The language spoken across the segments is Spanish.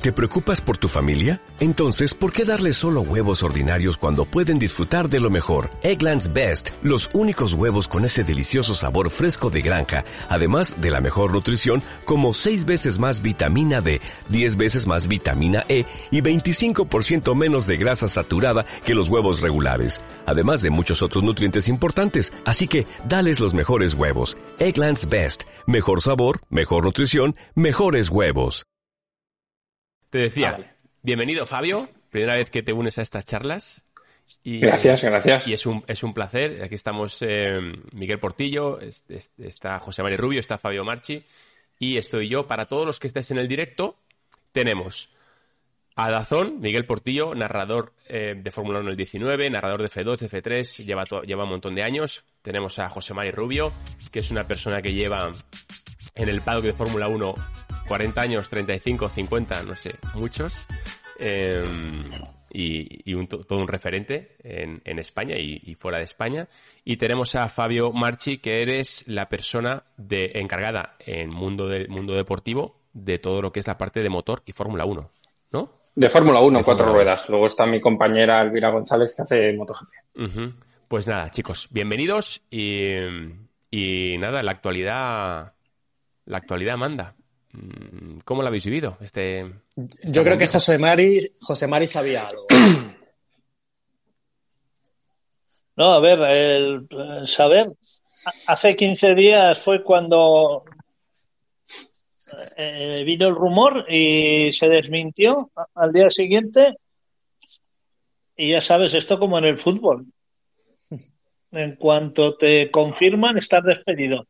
¿Te preocupas por tu familia? Entonces, ¿por qué darles solo huevos ordinarios cuando pueden disfrutar de lo mejor? Eggland's Best, los únicos huevos con ese delicioso sabor fresco de granja, además de la mejor nutrición, como 6 veces más vitamina D, 10 veces más vitamina E y 25% menos de grasa saturada que los huevos regulares, además de muchos otros nutrientes importantes. Así que, dales los mejores huevos. Eggland's Best, mejor sabor, mejor nutrición, mejores huevos. Te decía, bienvenido Fabio, primera vez que te unes a estas charlas. Y, gracias. Y es un placer. Aquí estamos Miguel Portillo, está José Mari Rubio, está Fabio Marchi y estoy yo. Para todos los que estáis en el directo, tenemos a Dazón, Miguel Portillo, narrador de Fórmula 1 del 19, narrador de F2, de F3, lleva un montón de años. Tenemos a José Mari Rubio, que es una persona que lleva en el paddock de Fórmula 1 40 años, 35, 50, no sé, muchos, y todo un referente en España y fuera de España. Y tenemos a Fabio Marchi, que eres la persona encargada en mundo deportivo de todo lo que es la parte de motor y Fórmula 1, ¿no? De Fórmula 1, 4 ruedas. Luego está mi compañera Elvira González, que hace MotoGP. Uh-huh. Pues nada, chicos, bienvenidos y nada, la actualidad manda. ¿Cómo lo habéis vivido? Yo creo que José Mari sabía algo. No, a ver, saber, hace 15 días fue cuando vino el rumor y se desmintió al día siguiente y ya sabes, esto como en el fútbol. En cuanto te confirman, estás despedido.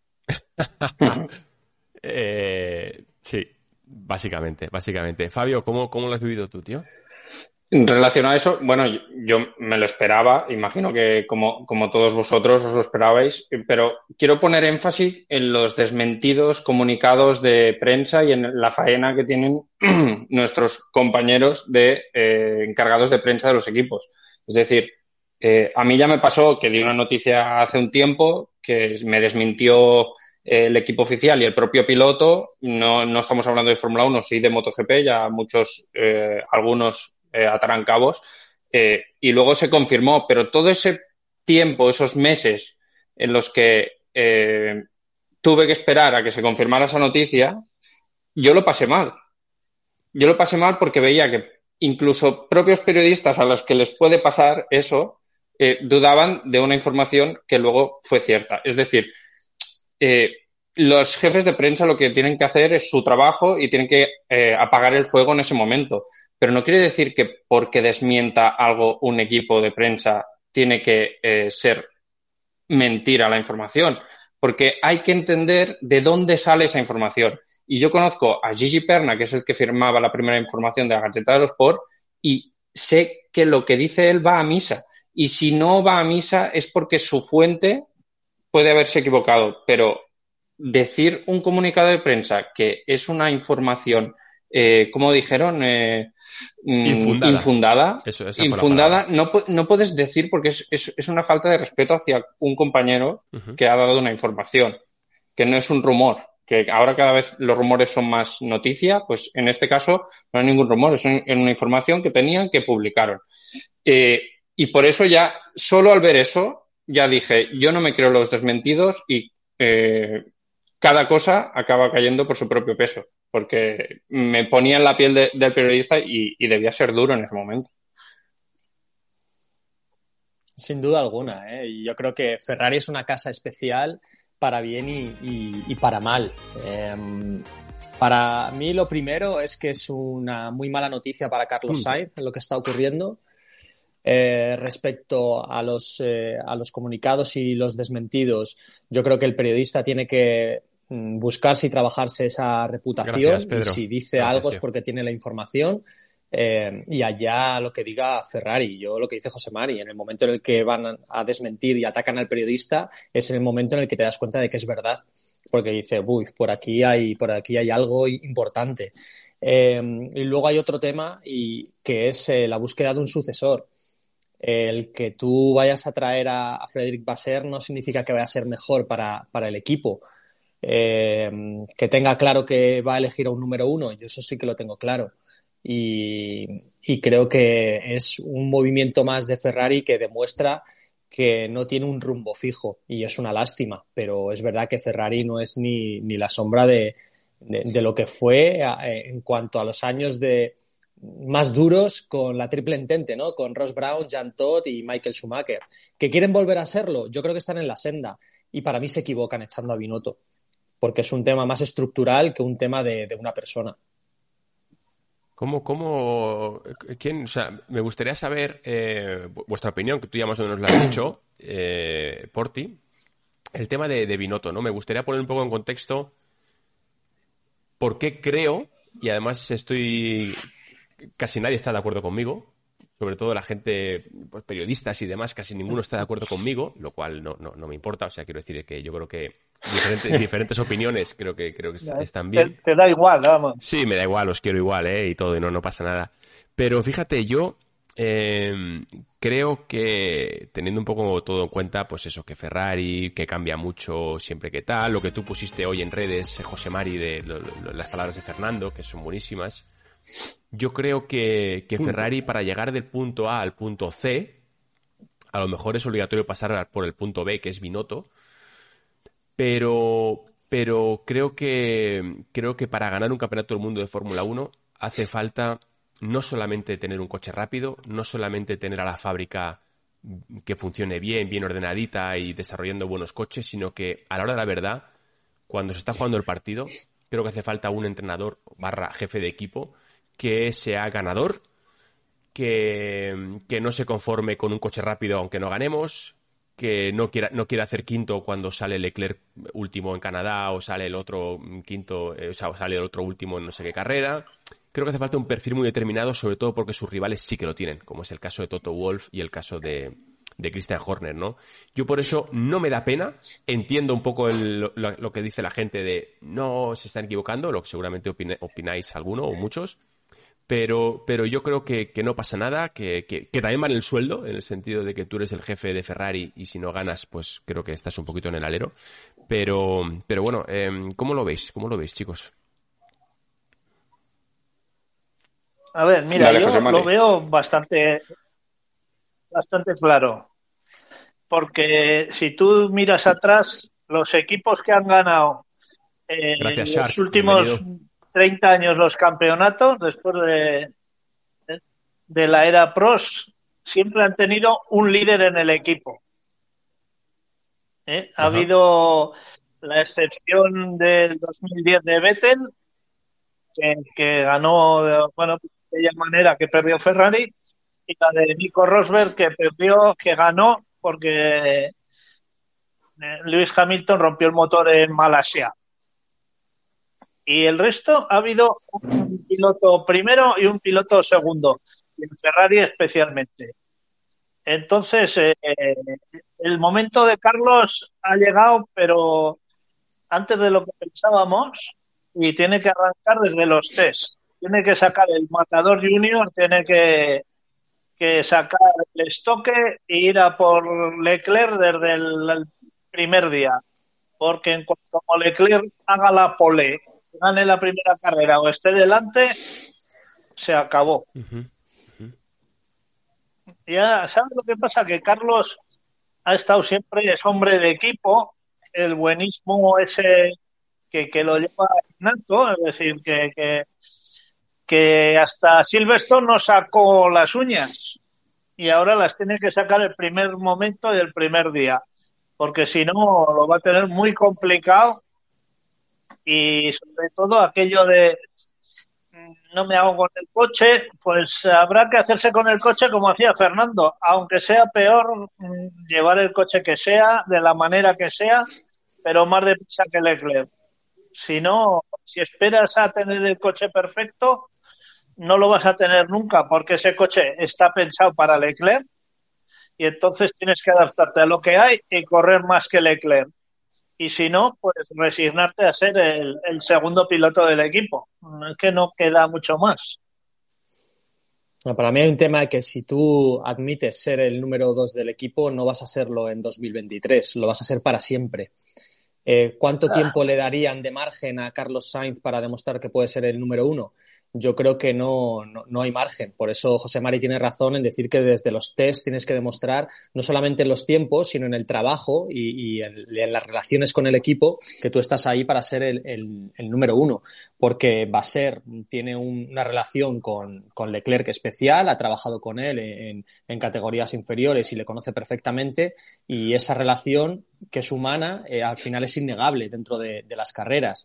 Sí, básicamente. Fabio, ¿cómo lo has vivido tú, tío? En relación a eso, bueno, yo me lo esperaba, imagino que como todos vosotros os lo esperabais, pero quiero poner énfasis en los desmentidos comunicados de prensa y en la faena que tienen nuestros compañeros encargados de prensa de los equipos. Es decir, a mí ya me pasó que di una noticia hace un tiempo que me desmintió el equipo oficial y el propio piloto. No estamos hablando de Fórmula 1, sí de MotoGP, ya algunos atarán cabos, y luego se confirmó, pero todo ese tiempo, esos meses en los que tuve que esperar a que se confirmara esa noticia, yo lo pasé mal porque veía que incluso propios periodistas a los que les puede pasar eso dudaban de una información que luego fue cierta. Es decir, los jefes de prensa lo que tienen que hacer es su trabajo y tienen que apagar el fuego en ese momento. Pero no quiere decir que porque desmienta algo un equipo de prensa tiene que ser mentira la información, porque hay que entender de dónde sale esa información. Y yo conozco a Gigi Perna, que es el que firmaba la primera información de la Gazzetta dello Sport, y sé que lo que dice él va a misa. Y si no va a misa es porque su fuente puede haberse equivocado, pero decir un comunicado de prensa que es una información, como dijeron, infundada, no puedes decir porque es una falta de respeto hacia un compañero que ha dado una información, que no es un rumor, que ahora cada vez los rumores son más noticia, pues en este caso no hay ningún rumor, es una información que tenían, que publicaron. Y por eso ya, solo al ver eso, ya dije, yo no me creo los desmentidos y cada cosa acaba cayendo por su propio peso, porque me ponía en la piel del periodista y debía ser duro en ese momento. Sin duda alguna, ¿eh? Y yo creo que Ferrari es una casa especial para bien y para mal. Para mí lo primero es que es una muy mala noticia para Carlos Sainz en lo que está ocurriendo. Respecto a los comunicados y los desmentidos, yo creo que el periodista tiene que buscarse y trabajarse esa reputación. Gracias, Pedro. Y si dice algo es porque tiene la información, y allá lo que diga Ferrari. Yo lo que dice José Mari, en el momento en el que van a desmentir y atacan al periodista es en el momento en el que te das cuenta de que es verdad, porque dice, uy, por aquí hay algo importante. Y luego hay otro tema y que es la búsqueda de un sucesor. El que tú vayas a traer a Frédéric Vasseur no significa que vaya a ser mejor para el equipo. que tenga claro que va a elegir a un número 1. Yo eso sí que lo tengo claro. Y creo que es un movimiento más de Ferrari que demuestra que no tiene un rumbo fijo, y es una lástima, pero es verdad que Ferrari no es ni la sombra de lo que fue en cuanto a los años más duros con la triple entente, ¿no? Con Ross Brown, Jean Todt y Michael Schumacher. ¿Que quieren volver a serlo? Yo creo que están en la senda, y para mí se equivocan echando a Binotto, porque es un tema más estructural que un tema de una persona. ¿Quién? O sea, me gustaría saber vuestra opinión, que tú ya más o menos la has dicho, Porti, el tema de Binotto, ¿no? Me gustaría poner un poco en contexto por qué creo, y además casi nadie está de acuerdo conmigo, sobre todo la gente, pues, periodistas y demás, casi ninguno está de acuerdo conmigo, lo cual no me importa. O sea, quiero decir que yo creo que diferentes opiniones creo que están bien. Te da igual, vamos. Sí, me da igual, os quiero igual, y todo, y no pasa nada. Pero fíjate, yo creo que, teniendo un poco todo en cuenta, pues eso, que Ferrari, que cambia mucho siempre que tal, lo que tú pusiste hoy en redes, José Mari, de las palabras de Fernando, que son buenísimas. Yo creo que Ferrari, para llegar del punto A al punto C, a lo mejor es obligatorio pasar por el punto B, que es Binotto, pero creo que para ganar un campeonato del mundo de Fórmula 1 hace falta no solamente tener un coche rápido, no solamente tener a la fábrica que funcione bien ordenadita y desarrollando buenos coches, sino que a la hora de la verdad, cuando se está jugando el partido, creo que hace falta un entrenador / jefe de equipo que sea ganador, que no se conforme con un coche rápido aunque no ganemos, que no quiera hacer quinto cuando sale Leclerc último en Canadá, o sale el otro quinto, o sea, sale el otro último en no sé qué carrera. Creo que hace falta un perfil muy determinado, sobre todo porque sus rivales sí que lo tienen, como es el caso de Toto Wolff y el caso de Christian Horner, ¿no? Yo por eso no me da pena, entiendo un poco lo que dice la gente de no se están equivocando, lo que seguramente opináis alguno o muchos, pero yo creo que no pasa nada, que también vale el sueldo, en el sentido de que tú eres el jefe de Ferrari y si no ganas, pues creo que estás un poquito en el alero. Pero bueno, ¿cómo lo veis? ¿Cómo lo veis, chicos? A ver, mira, Dale, yo José Mari. lo veo bastante claro. Porque si tú miras atrás, los equipos que han ganado Gracias, en Shark. los últimos Bienvenido. 30 años los campeonatos, después de la era Prost, siempre han tenido un líder en el equipo. Ha habido la excepción del 2010 de Vettel, que ganó, bueno, de aquella manera que perdió Ferrari, y la de Nico Rosberg, que ganó porque Lewis Hamilton rompió el motor en Malasia. Y el resto ha habido un piloto primero y un piloto segundo, y en Ferrari especialmente. Entonces, el momento de Carlos ha llegado, pero antes de lo que pensábamos, y tiene que arrancar desde los test. Tiene que sacar el Matador Junior, tiene que sacar el estoque e ir a por Leclerc desde el primer día. Porque en cuanto Leclerc haga la pole, gane la primera carrera o esté delante, se acabó. Ya, ¿sabes lo que pasa? Que Carlos ha estado siempre, es hombre de equipo, el buenismo ese que lo lleva innato, es decir, que hasta Silverstone no sacó las uñas y ahora las tiene que sacar el primer momento y el primer día, porque si no lo va a tener muy complicado. Y sobre todo aquello de no me hago con el coche, pues habrá que hacerse con el coche como hacía Fernando, aunque sea peor llevar el coche que sea, de la manera que sea, pero más deprisa que Leclerc. Si no, si esperas a tener el coche perfecto, no lo vas a tener nunca, porque ese coche está pensado para Leclerc y entonces tienes que adaptarte a lo que hay y correr más que Leclerc. Y si no, pues resignarte a ser el segundo piloto del equipo. Es que no queda mucho más. No, para mí hay un tema de que si tú admites ser el número 2 del equipo, no vas a serlo en 2023, lo vas a ser para siempre. ¿Cuánto tiempo le darían de margen a Carlos Sainz para demostrar que puede ser el número 1? Yo creo que no hay margen. Por eso José Mari tiene razón en decir que desde los test tienes que demostrar no solamente en los tiempos, sino en el trabajo y en las relaciones con el equipo que tú estás ahí para ser el número 1. Porque Vasser tiene una relación con Leclerc especial, ha trabajado con él en categorías inferiores y le conoce perfectamente, y esa relación, que es humana, al final es innegable dentro de las carreras.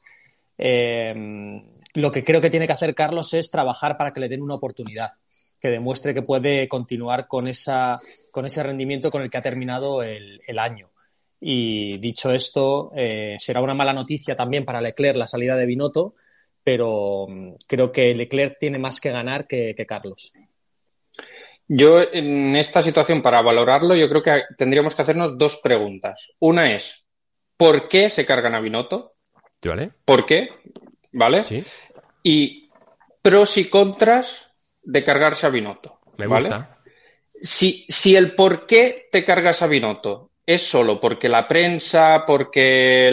Lo que creo que tiene que hacer Carlos es trabajar para que le den una oportunidad, que demuestre que puede continuar con ese rendimiento con el que ha terminado el año. Y dicho esto, será una mala noticia también para Leclerc la salida de Binotto, pero creo que Leclerc tiene más que ganar que Carlos. Yo, en esta situación, para valorarlo, yo creo que tendríamos que hacernos 2 preguntas. Una es, ¿por qué se cargan a Binotto? ¿Vale? ¿Por qué? ¿Vale? Sí. Y pros y contras de cargarse a Binotto. Me ¿vale? gusta. Si el por qué te cargas a Binotto es solo porque la prensa, porque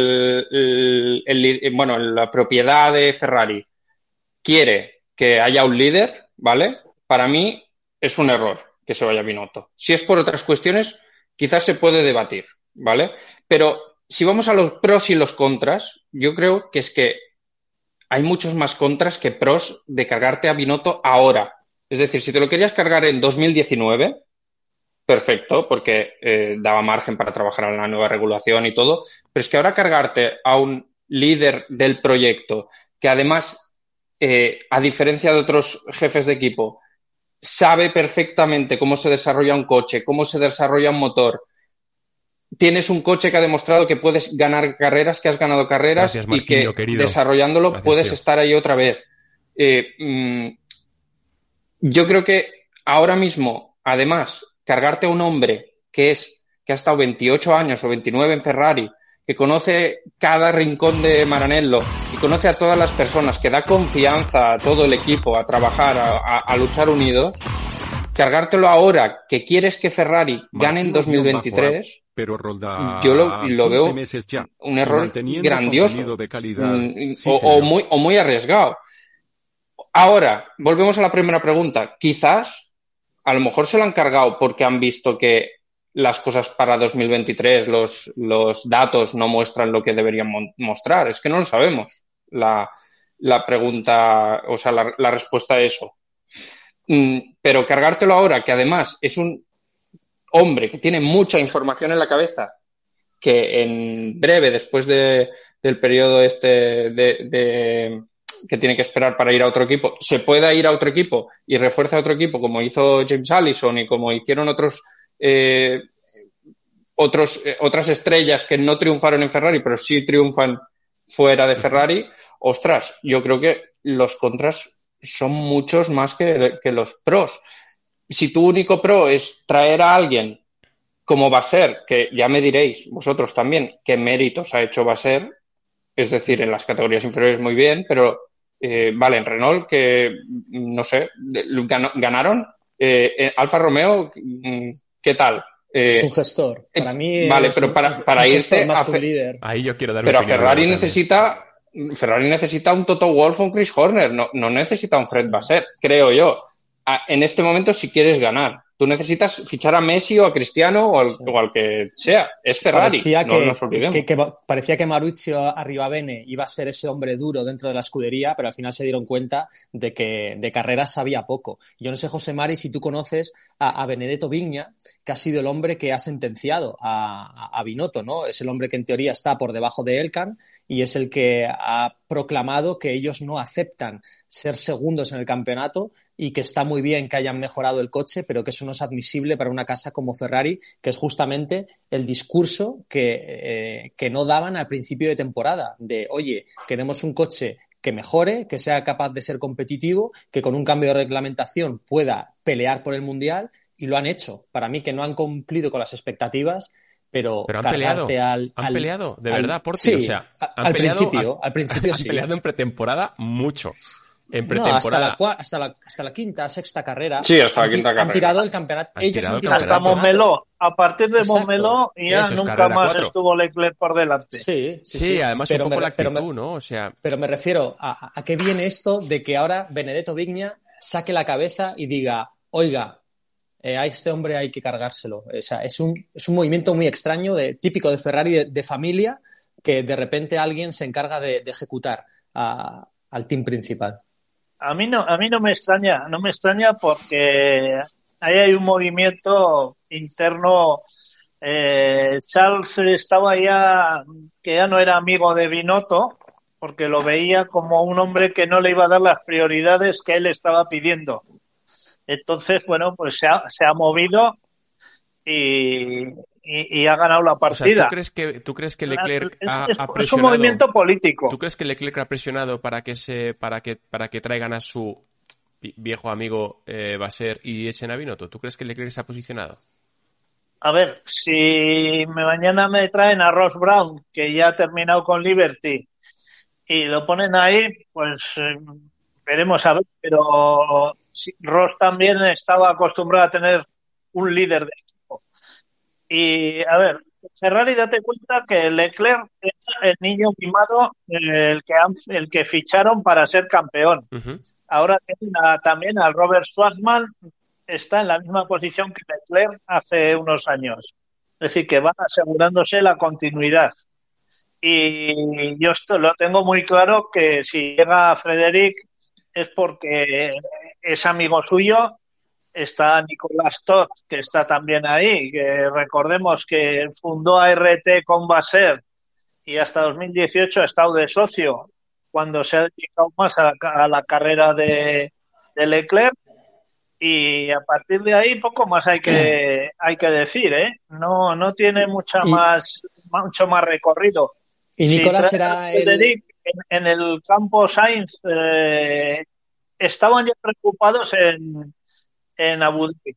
la propiedad de Ferrari quiere que haya un líder, ¿vale? Para mí es un error que se vaya Binotto. Si es por otras cuestiones, quizás se puede debatir, ¿vale? Pero si vamos a los pros y los contras, yo creo que es que hay muchos más contras que pros de cargarte a Binotto ahora. Es decir, si te lo querías cargar en 2019, perfecto, porque daba margen para trabajar en la nueva regulación y todo, pero es que ahora cargarte a un líder del proyecto que además, a diferencia de otros jefes de equipo, sabe perfectamente cómo se desarrolla un coche, cómo se desarrolla un motor. Tienes un coche que ha demostrado que puedes ganar carreras, que has ganado carreras. Gracias, Marquinho, y que querido, desarrollándolo gracias, puedes tío. Estar ahí otra vez. Yo creo que ahora mismo, además, cargarte a un hombre que ha estado 28 años o 29 en Ferrari, que conoce cada rincón de Maranello y conoce a todas las personas, que da confianza a todo el equipo a trabajar, a luchar unidos, cargártelo ahora que quieres que Ferrari gane en 2023... Pero yo lo veo un error grandioso o muy arriesgado. Ahora, volvemos a la primera pregunta. Quizás, a lo mejor se lo han cargado porque han visto que las cosas para 2023, los datos no muestran lo que deberían mostrar. Es que no lo sabemos. La pregunta, o sea, la respuesta a eso. Pero cargártelo ahora, que además es un hombre que tiene mucha información en la cabeza, que en breve, después del periodo que tiene que esperar para ir a otro equipo, se pueda ir a otro equipo y refuerza a otro equipo, como hizo James Allison y como hicieron otras estrellas que no triunfaron en Ferrari, pero sí triunfan fuera de Ferrari. Ostras, yo creo que los contras son muchos más que los pros. Si tu único pro es traer a alguien como Vasser, que ya me diréis vosotros también qué méritos ha hecho Vasser, es decir, en las categorías inferiores muy bien, pero vale, en Renault, que no sé, ganaron. Alfa Romeo, ¿qué tal? Es un gestor. Para mí vale, pero para irte más que un líder. Ahí yo quiero dar pero mi opinión. Ferrari necesita un Toto Wolff o un Chris Horner, no necesita un Fred Vasser, creo yo. En este momento, si quieres ganar, tú necesitas fichar a Messi o a Cristiano o al que sea. Es Ferrari, no nos olvidemos. Parecía que Maurizio Arrivabene iba a ser ese hombre duro dentro de la escudería, pero al final se dieron cuenta de que de carreras sabía poco. Yo no sé, José Mari, si tú conoces a Benedetto Vigna, que ha sido el hombre que ha sentenciado a Binotto, ¿no? Es el hombre que en teoría está por debajo de Elkann y es el que ha proclamado que ellos no aceptan ser segundos en el campeonato y que está muy bien que hayan mejorado el coche, pero que eso no es admisible para una casa como Ferrari, que es justamente el discurso que no daban al principio de temporada, de oye, queremos un coche que mejore, que sea capaz de ser competitivo, que con un cambio de reglamentación pueda pelear por el Mundial, y lo han hecho. Para mí, que no han cumplido con las expectativas, pero han peleado, han peleado, de verdad, Porti. Sí, o sea, al principio sí. Han peleado en pretemporada mucho. en No, pretemporada. hasta la quinta, sexta carrera. Sí, hasta la quinta Han carrera. tirado el campeonato. Han Ellos tirado han el tirado el Hasta campeonato. Montmeló. A partir de Exacto. Montmeló ya Eso es nunca carrera más 4. estuvo Leclerc por delante. Sí, además un poco la actitud, ¿no? O sea, Pero me refiero a qué viene esto de que ahora Benedetto Vigna saque la cabeza y diga, oiga, a este hombre hay que cargárselo. O sea, es un movimiento muy extraño, típico de Ferrari, de familia, que de repente alguien se encarga de ejecutar al team principal. A mí no me extraña porque ahí hay un movimiento interno. Charles estaba que ya no era amigo de Binotto, porque lo veía como un hombre que no le iba a dar las prioridades que él estaba pidiendo. Entonces, bueno, pues se ha movido y ha ganado la partida. O sea, ¿tú crees que Leclerc ha presionado? Es un movimiento político. ¿Tú crees que Leclerc ha presionado para que traigan a su viejo amigo Vasser y echen a Binotto? ¿Tú crees que Leclerc se ha posicionado? A ver, si mañana me traen a Ross Brown, que ya ha terminado con Liberty, y lo ponen ahí, pues veremos a ver. Pero sí, Ross también estaba acostumbrado a tener un líder de equipo. Y a ver, Ferrari, date cuenta que Leclerc es el niño mimado, el que ficharon para ser campeón. Uh-huh. Ahora tienen también al Robert Schwarzman, está en la misma posición que Leclerc hace unos años. Es decir, que van asegurándose la continuidad. Y yo esto lo tengo muy claro, que si llega Frederic es porque es amigo suyo. Está Nicolás Todt, que está también ahí, que recordemos que fundó ART con Vasser y hasta 2018 ha estado de socio, cuando se ha dedicado más a la carrera de Leclerc. Y a partir de ahí poco más hay que decir, ¿eh? No tiene mucho más recorrido. Y Nicolás será Frederic en el campo Sainz, estaban ya preocupados en Abu Dhabi,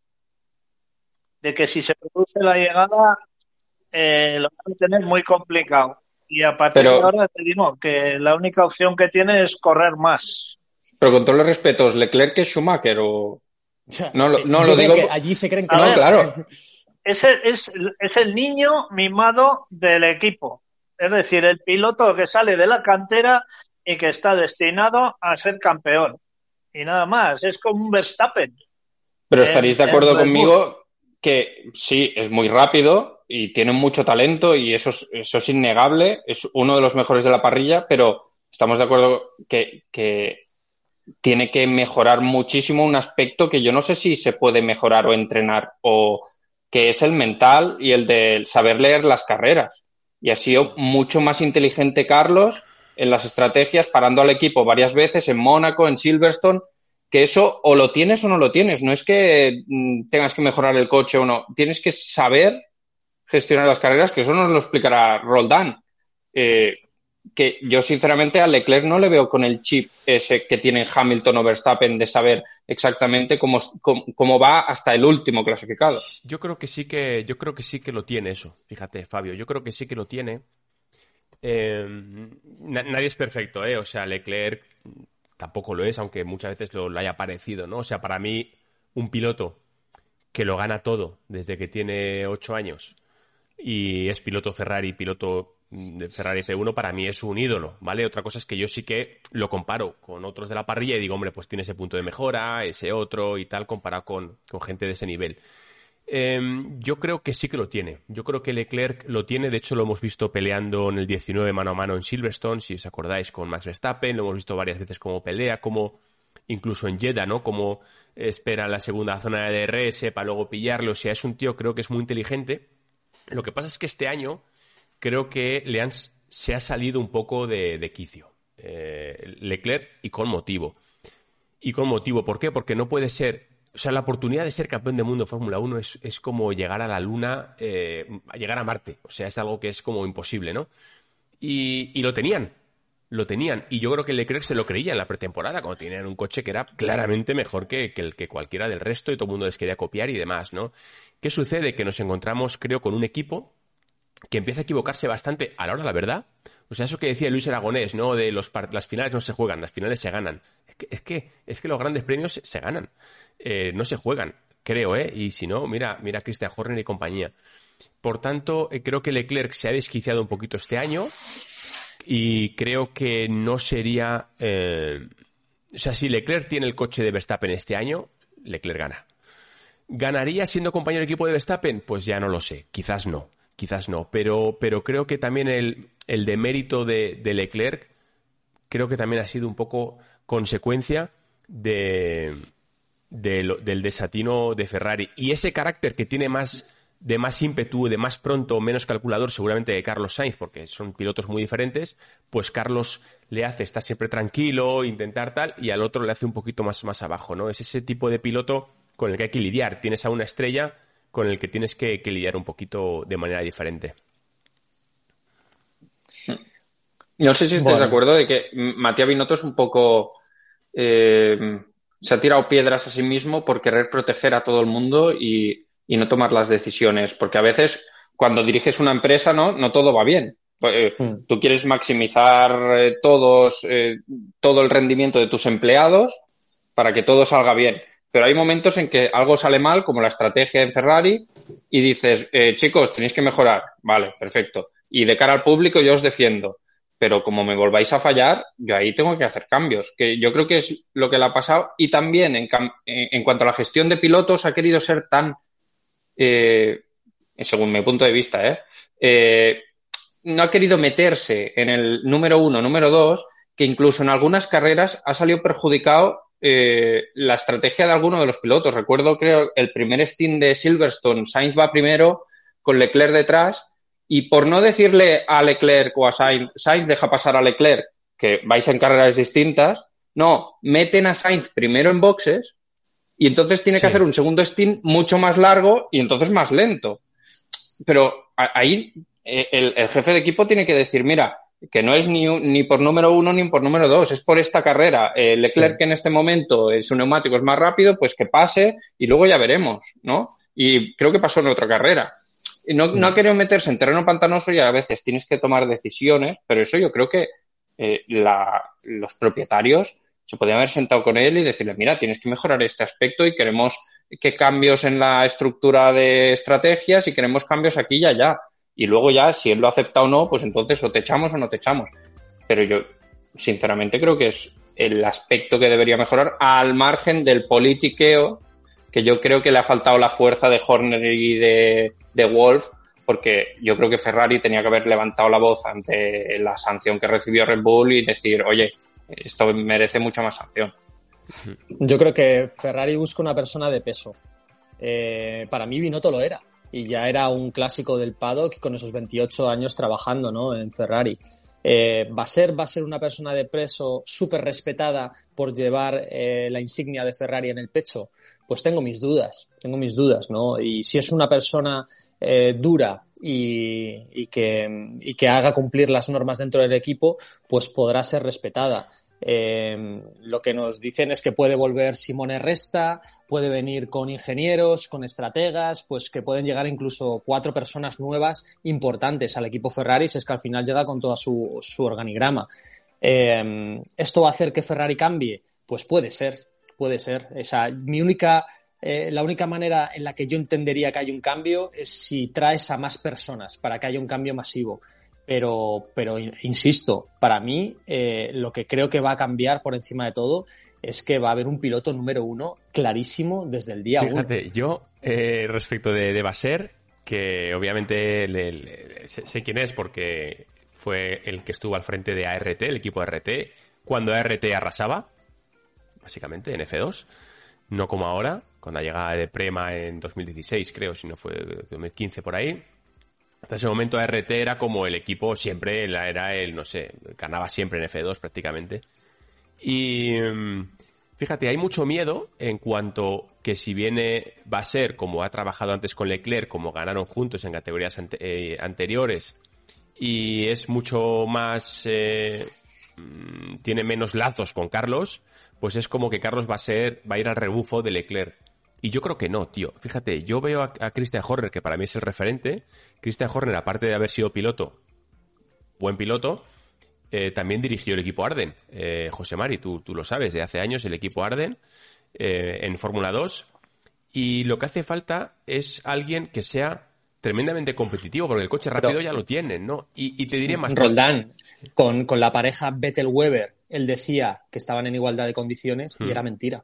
de que si se produce la llegada lo van a tener muy complicado. Y a partir de ahora te digo que la única opción que tiene es correr más. Pero con todos los respetos, ¿Leclerc es Schumacher o...? No lo digo. Que allí se creen que no, claro. Es el niño mimado del equipo. Es decir, el piloto que sale de la cantera y que está destinado a ser campeón. Y nada más, es como un Verstappen. Pero estaréis de acuerdo conmigo que sí, es muy rápido y tiene mucho talento y eso es innegable, es uno de los mejores de la parrilla, pero estamos de acuerdo que tiene que mejorar muchísimo un aspecto que yo no sé si se puede mejorar o entrenar, o que es el mental y el de saber leer las carreras. Y ha sido mucho más inteligente Carlos en las estrategias, parando al equipo varias veces en Mónaco, en Silverstone, que eso o lo tienes o no lo tienes. No es que tengas que mejorar el coche o no, tienes que saber gestionar las carreras, que eso nos lo explicará Roldán. Que yo sinceramente a Leclerc no le veo con el chip ese que tienen Hamilton o Verstappen de saber exactamente cómo va hasta el último clasificado. Yo creo que sí que lo tiene eso, fíjate, Fabio, yo creo que sí que lo tiene. Nadie es perfecto, o sea, Leclerc tampoco lo es, aunque muchas veces lo haya parecido, ¿no? O sea, para mí, un piloto que lo gana todo desde que tiene 8 años y es piloto Ferrari, piloto de Ferrari F1, para mí es un ídolo, ¿vale? Otra cosa es que yo sí que lo comparo con otros de la parrilla y digo, hombre, pues tiene ese punto de mejora, ese otro y tal, comparado con gente de ese nivel. Yo creo que sí que lo tiene. Yo creo que Leclerc lo tiene. De hecho, lo hemos visto peleando en el 19 mano a mano en Silverstone, si os acordáis, con Max Verstappen. Lo hemos visto varias veces como pelea, como incluso en Jeddah, ¿no? Como espera la segunda zona de DRS para luego pillarlo. O sea, es un tío, creo que es muy inteligente. Lo que pasa es que este año creo que se ha salido un poco de quicio. Leclerc, y con motivo. ¿Por qué? Porque no puede ser... O sea, la oportunidad de ser campeón del mundo de Fórmula 1 es como llegar a la Luna, llegar a Marte. O sea, es algo que es como imposible, ¿no? Y lo tenían. Y yo creo que Leclerc se lo creía en la pretemporada, cuando tenían un coche que era claramente mejor que el que cualquiera del resto y todo el mundo les quería copiar y demás, ¿no? ¿Qué sucede? Que nos encontramos, creo, con un equipo que empieza a equivocarse bastante a la hora de la verdad. O sea, eso que decía Luis Aragonés, ¿no? De las finales no se juegan, las finales se ganan. Es que los grandes premios se ganan, no se juegan, creo, y si no, mira Christian Horner y compañía. Por tanto, creo que Leclerc se ha desquiciado un poquito este año y creo que no sería... o sea, si Leclerc tiene el coche de Verstappen este año, Leclerc gana. ¿Ganaría siendo compañero de equipo de Verstappen? Pues ya no lo sé, quizás no, pero creo que también el demérito de Leclerc creo que también ha sido un poco consecuencia del desatino de Ferrari. Y ese carácter que tiene de más ímpetu, de más pronto, menos calculador, seguramente de Carlos Sainz, porque son pilotos muy diferentes, pues Carlos le hace estar siempre tranquilo, intentar tal, y al otro le hace un poquito más abajo, ¿no? Es ese tipo de piloto con el que hay que lidiar. Tienes a una estrella con el que tienes que lidiar un poquito de manera diferente. No sé si estáis de acuerdo de que Matías Binotto es un poco... se ha tirado piedras a sí mismo por querer proteger a todo el mundo y no tomar las decisiones. Porque a veces, cuando diriges una empresa, no todo va bien. Tú quieres maximizar todo el rendimiento de tus empleados para que todo salga bien. Pero hay momentos en que algo sale mal, como la estrategia en Ferrari, y dices, chicos, tenéis que mejorar. Vale, perfecto. Y de cara al público yo os defiendo. Pero como me volváis a fallar, yo ahí tengo que hacer cambios, que yo creo que es lo que le ha pasado. Y también, en cuanto a la gestión de pilotos, ha querido ser tan, según mi punto de vista, no ha querido meterse en el número 1, número 2, que incluso en algunas carreras ha salido perjudicado la estrategia de alguno de los pilotos. Recuerdo, creo, el primer stint de Silverstone, Sainz va primero, con Leclerc detrás, y por no decirle a Leclerc o a Sainz deja pasar a Leclerc, que vais en carreras distintas, no, meten a Sainz primero en boxes y entonces tiene que hacer un segundo stint mucho más largo y entonces más lento. Pero ahí el jefe de equipo tiene que decir, mira, que no es ni por número 1 ni por número 2, es por esta carrera. Leclerc, que en este momento su neumático es más rápido, pues que pase y luego ya veremos, ¿no? Y creo que pasó en otra carrera. No ha querido meterse en terreno pantanoso y a veces tienes que tomar decisiones, pero eso yo creo que los propietarios se podían haber sentado con él y decirle, mira, tienes que mejorar este aspecto y queremos que cambios en la estructura de estrategias y queremos cambios aquí y allá. Y luego ya, si él lo acepta o no, pues entonces o te echamos o no te echamos. Pero yo, sinceramente, creo que es el aspecto que debería mejorar al margen del politiqueo, que yo creo que le ha faltado la fuerza de Horner y de Wolff, porque yo creo que Ferrari tenía que haber levantado la voz ante la sanción que recibió Red Bull y decir, oye, esto merece mucha más sanción. Yo creo que Ferrari busca una persona de peso. Para mí Binotto lo era. Y ya era un clásico del paddock con esos 28 años trabajando, ¿no?, en Ferrari. ¿Va a ser una persona de peso súper respetada por llevar la insignia de Ferrari en el pecho? Pues tengo mis dudas, ¿no? Y si es una persona dura y que haga cumplir las normas dentro del equipo, pues podrá ser respetada. Lo que nos dicen es que puede volver Simone Resta, puede venir con ingenieros, con estrategas, pues que pueden llegar incluso 4 personas nuevas importantes al equipo Ferrari, si es que al final llega con todo su organigrama. ¿Esto va a hacer que Ferrari cambie? Pues puede ser. Esa, la única manera en la que yo entendería que hay un cambio es si traes a más personas para que haya un cambio masivo. Pero insisto, para mí lo que creo que va a cambiar por encima de todo es que va a haber un piloto número 1 clarísimo desde el día 1. Fíjate, yo respecto de Vasser, que obviamente sé quién es porque fue el que estuvo al frente de ART, el equipo ART, cuando ART arrasaba, básicamente en F2, no como ahora, cuando llegaba de Prema en 2016, creo, si no fue 2015 por ahí. Hasta ese momento ART era como el equipo siempre, era el, no sé, ganaba siempre en F2 prácticamente. Y fíjate, hay mucho miedo en cuanto que si viene Vasser, como ha trabajado antes con Leclerc, como ganaron juntos en categorías anteriores, y es mucho más, tiene menos lazos con Carlos, pues es como que Carlos va a ir al rebufo de Leclerc. Y yo creo que no, tío. Fíjate, yo veo a Christian Horner, que para mí es el referente. Christian Horner, aparte de haber sido piloto, buen piloto, también dirigió el equipo Arden. José Mari, tú lo sabes, de hace años el equipo Arden en Fórmula 2. Y lo que hace falta es alguien que sea tremendamente competitivo, porque el coche rápido ya lo tienen, ¿no? Y te diré más. Roldán, con la pareja Vettel-Weber, él decía que estaban en igualdad de condiciones y era mentira.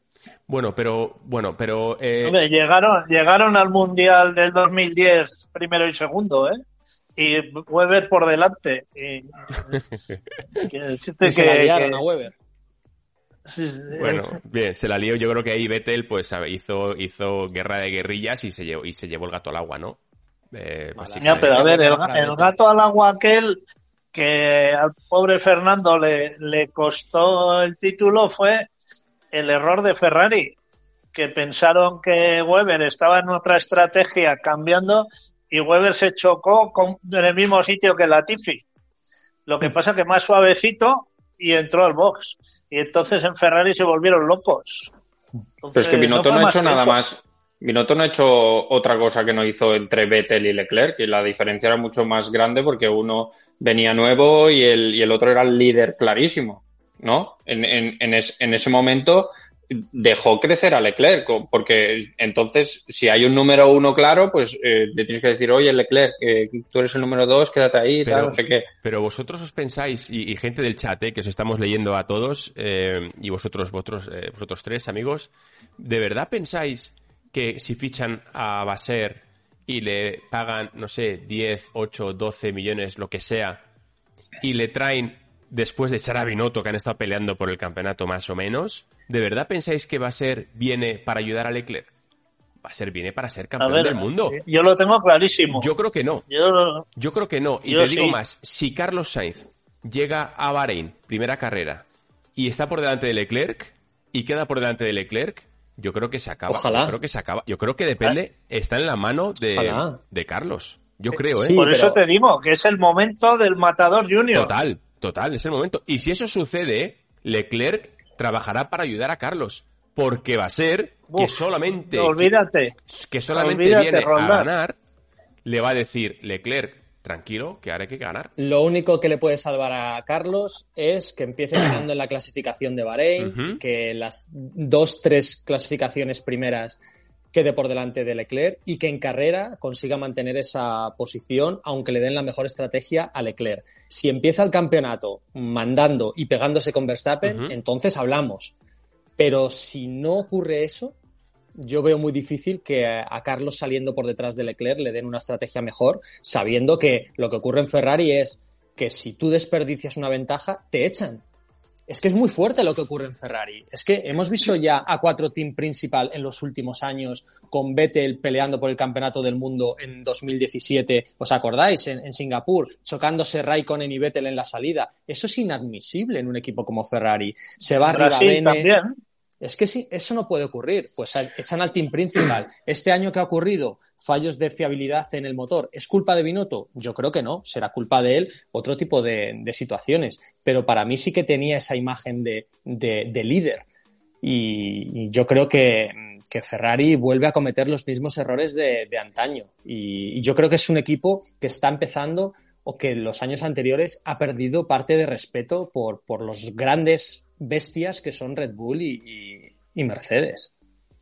Hombre, llegaron al Mundial del 2010 primero y segundo, ¿eh? Y Weber por delante. Y se la liaron a Weber. Bueno, bien, se la lió. Yo creo que ahí Vettel pues hizo guerra de guerrillas y se llevó el gato al agua, ¿no? Ya, pero a ver, el gato al agua aquel que al pobre Fernando le costó el título fue el error de Ferrari, que pensaron que Weber estaba en otra estrategia cambiando y Weber se chocó en el mismo sitio que Latifi. Lo que pasa que más suavecito y entró al box. Y entonces en Ferrari se volvieron locos. Entonces, pero es que Binotto no ha hecho nada más. Binotto no ha hecho otra cosa que no hizo entre Vettel y Leclerc, y la diferencia era mucho más grande porque uno venía nuevo y el otro era el líder clarísimo, ¿no? En ese momento dejó crecer a Leclerc, porque entonces si hay un número uno claro, pues le tienes que decir, oye Leclerc, tú eres el número 2, quédate ahí, tal, no sé qué. Pero vosotros os pensáis, y gente del chat, que os estamos leyendo a todos, y vosotros tres amigos, ¿de verdad pensáis que si fichan a Vasser y le pagan, no sé, 10, 8, 12 millones, lo que sea, y le traen después de echar a Binotto, que han estado peleando por el campeonato más o menos, ¿de verdad pensáis que Vasser viene para ayudar a Leclerc? Vasser viene para ser campeón del mundo. Yo lo tengo clarísimo. Yo creo que no. Yo creo que no. Y te digo más, si Carlos Sainz llega a Bahrein, primera carrera, y está por delante de Leclerc, y queda por delante de Leclerc, yo creo que se acaba. Ojalá. Yo creo que se acaba. Yo creo que depende, está en la mano de Carlos. Yo creo, ¿eh? Sí, por eso te digo que es el momento del Matador Junior. Total, es el momento. Y si eso sucede, Leclerc trabajará para ayudar a Carlos, porque va a ser que solamente viene a ganar, le va a decir Leclerc, tranquilo, que ahora hay que ganar. Lo único que le puede salvar a Carlos es que empiece ganando en la clasificación de Bahrein, que las 2-3 clasificaciones primeras quede por delante de Leclerc y que en carrera consiga mantener esa posición, aunque le den la mejor estrategia a Leclerc. Si empieza el campeonato mandando y pegándose con Verstappen, entonces hablamos. Pero si no ocurre eso, yo veo muy difícil que a Carlos saliendo por detrás de Leclerc le den una estrategia mejor, sabiendo que lo que ocurre en Ferrari es que si tú desperdicias una ventaja, te echan. Es que es muy fuerte lo que ocurre en Ferrari. Es que hemos visto ya a 4 team principal en los últimos años, con Vettel peleando por el campeonato del mundo en 2017. ¿Os acordáis? En Singapur, chocándose Raikkonen y Vettel en la salida. Eso es inadmisible en un equipo como Ferrari. Se va arriba Bene. También. Es que sí, eso no puede ocurrir. Pues echan al team principal. ¿Este año qué ha ocurrido? Fallos de fiabilidad en el motor. ¿Es culpa de Binotto? Yo creo que no. Será culpa de él otro tipo de situaciones. Pero para mí sí que tenía esa imagen de líder. Y yo creo que Ferrari vuelve a cometer los mismos errores de antaño. Y yo creo que es un equipo que está empezando, o que en los años anteriores ha perdido parte de respeto por los grandes bestias que son Red Bull y Mercedes.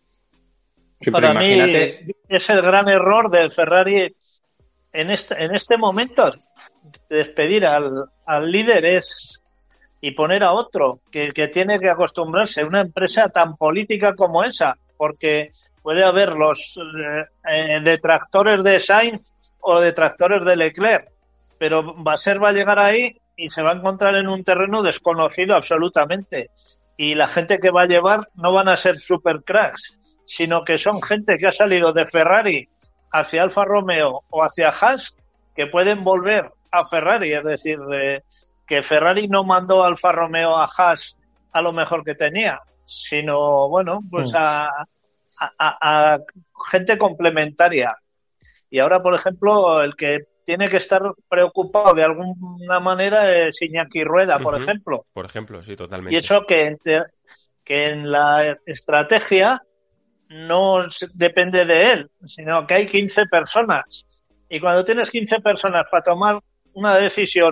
Sí, para mí imagínate... es el gran error de Ferrari en este momento. Despedir al líder y poner a otro que tiene que acostumbrarse a una empresa tan política como esa, porque puede haber los detractores de Sainz o detractores de Leclerc, pero Vasser va a llegar ahí y se va a encontrar en un terreno desconocido absolutamente. Y la gente que va a llevar no van a ser super cracks, sino que son gente que ha salido de Ferrari hacia Alfa Romeo o hacia Haas, que pueden volver a Ferrari. Es decir, que Ferrari no mandó a Alfa Romeo a Haas a lo mejor que tenía, sino, bueno, pues a gente complementaria. Y ahora, por ejemplo, el que tiene que estar preocupado de alguna manera es Iñaki Rueda, por ejemplo. Por ejemplo, sí, totalmente. Y eso que en la estrategia no depende de él, sino que hay 15 personas. Y cuando tienes 15 personas para tomar una decisión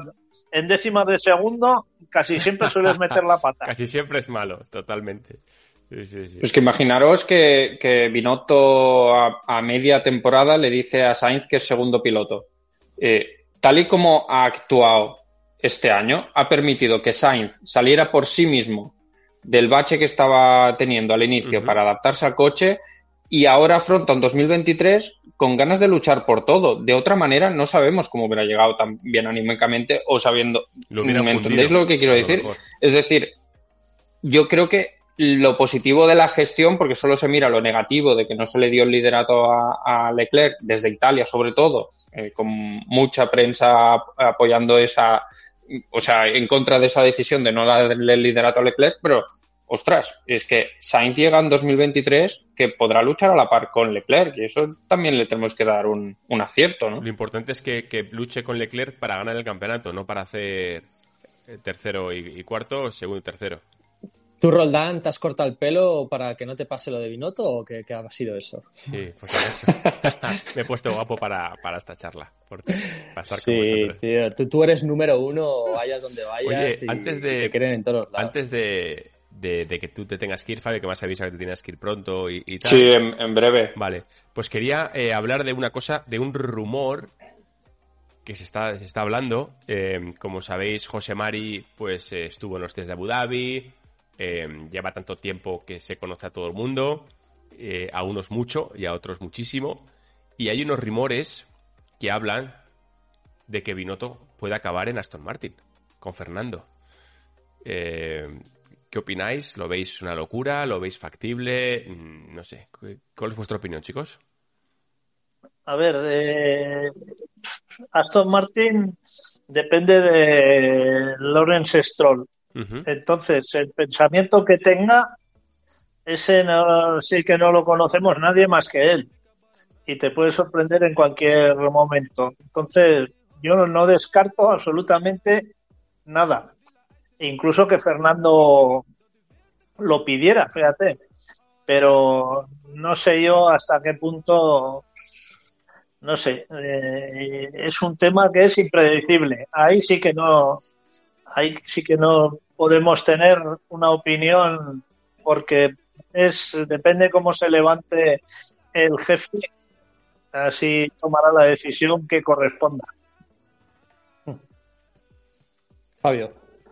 en décimas de segundo casi siempre sueles meter la pata. Casi siempre es malo, totalmente. Sí. Pues que imaginaros que Binotto a media temporada le dice a Sainz que es segundo piloto. Tal y como ha actuado este año, ha permitido que Sainz saliera por sí mismo del bache que estaba teniendo al inicio para adaptarse al coche y ahora afronta un 2023 con ganas de luchar por todo. De otra manera, no sabemos cómo hubiera llegado tan bien anímicamente o sabiendo... ¿Me entendéis lo que quiero decir? Es decir, yo creo que lo positivo de la gestión, porque solo se mira lo negativo de que no se le dio el liderato a Leclerc, desde Italia sobre todo, con mucha prensa apoyando esa... O sea, en contra de esa decisión de no darle el liderato a Leclerc, pero... Ostras, es que Sainz llega en 2023 que podrá luchar a la par con Leclerc y eso también le tenemos que dar un acierto, ¿no? Lo importante es que luche con Leclerc para ganar el campeonato, no para hacer tercero y cuarto, segundo y tercero. ¿Tú, Roldán, te has cortado el pelo para que no te pase lo de Binotto o qué ha sido eso? Sí, pues eso. Me he puesto guapo para esta charla. Por pasar con vosotros. Tío, tú eres número uno, vayas donde vayas. Oye, y te quieren en todos lados. Antes de que tú te tengas que ir, Fabio, que me has avisado que te tienes que ir pronto y tal. Sí, en breve. Vale, pues quería hablar de una cosa, de un rumor que se está hablando. Como sabéis, José Mari pues estuvo en los test de Abu Dhabi, lleva tanto tiempo que se conoce a todo el mundo, a unos mucho y a otros muchísimo, y hay unos rumores que hablan de que Binotto puede acabar en Aston Martin, con Fernando. ¿Qué opináis? ¿Lo veis una locura? ¿Lo veis factible? No sé. ¿Cuál es vuestra opinión, chicos? A ver, Aston Martin depende de Lawrence Stroll. Uh-huh. Entonces, el pensamiento que tenga, ese sí que no lo conocemos nadie más que él. Y te puede sorprender en cualquier momento. Entonces, yo no descarto absolutamente nada. Incluso que Fernando lo pidiera, fíjate. Pero no sé yo hasta qué punto, no sé, es un tema que es impredecible. Ahí sí que no podemos tener una opinión porque depende cómo se levante el jefe, así tomará la decisión que corresponda. Fabio.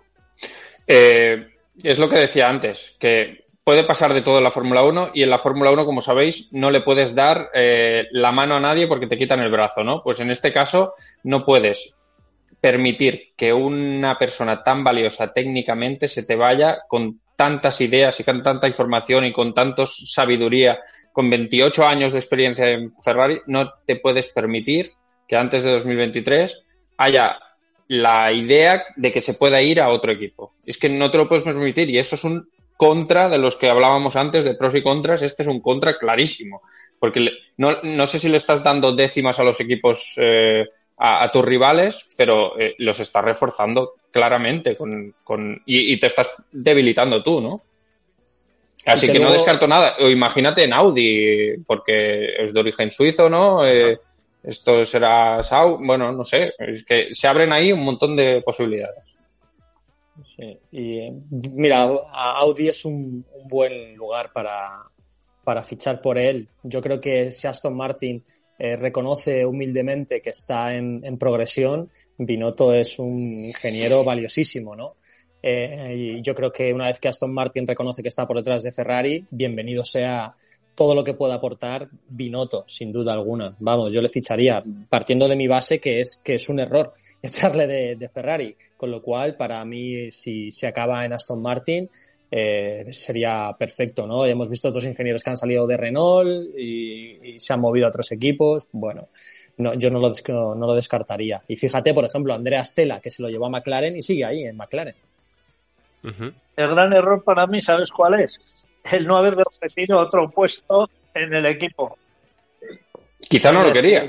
Es lo que decía antes, que puede pasar de todo en la Fórmula 1 y en la Fórmula 1, como sabéis, no le puedes dar la mano a nadie porque te quitan el brazo, ¿no? Pues en este caso no puedes permitir que una persona tan valiosa técnicamente se te vaya con tantas ideas y con tanta información y con tanta sabiduría, con 28 años de experiencia en Ferrari. No te puedes permitir que antes de 2023 haya la idea de que se pueda ir a otro equipo. Es que no te lo puedes permitir y eso es un contra de los que hablábamos antes de pros y contras. Este es un contra clarísimo, porque no sé si le estás dando décimas a los equipos, a tus rivales, pero los estás reforzando claramente y te estás debilitando tú, ¿no? Así que luego... no descarto nada. O imagínate en Audi, porque es de origen suizo, ¿no? Esto será bueno, no sé, es que se abren ahí un montón de posibilidades. Sí, y mira, Audi es un buen lugar para fichar por él. Yo creo que si Aston Martin reconoce humildemente que está en progresión, Binotto es un ingeniero valiosísimo, ¿no? Y yo creo que una vez que Aston Martin reconoce que está por detrás de Ferrari, bienvenido sea todo lo que pueda aportar Binotto, sin duda alguna. Vamos, yo le ficharía, partiendo de mi base que es un error echarle de Ferrari, con lo cual para mí si se acaba en Aston Martin sería perfecto, ¿no? Hemos visto otros ingenieros que han salido de Renault y se han movido a otros equipos. Bueno, no, yo no lo descartaría. Y fíjate, por ejemplo, Andrea Stella, que se lo llevó a McLaren y sigue ahí en McLaren. Uh-huh. El gran error para mí, ¿sabes cuál es? El no haberle ofrecido otro puesto en el equipo. Quizá no lo quería.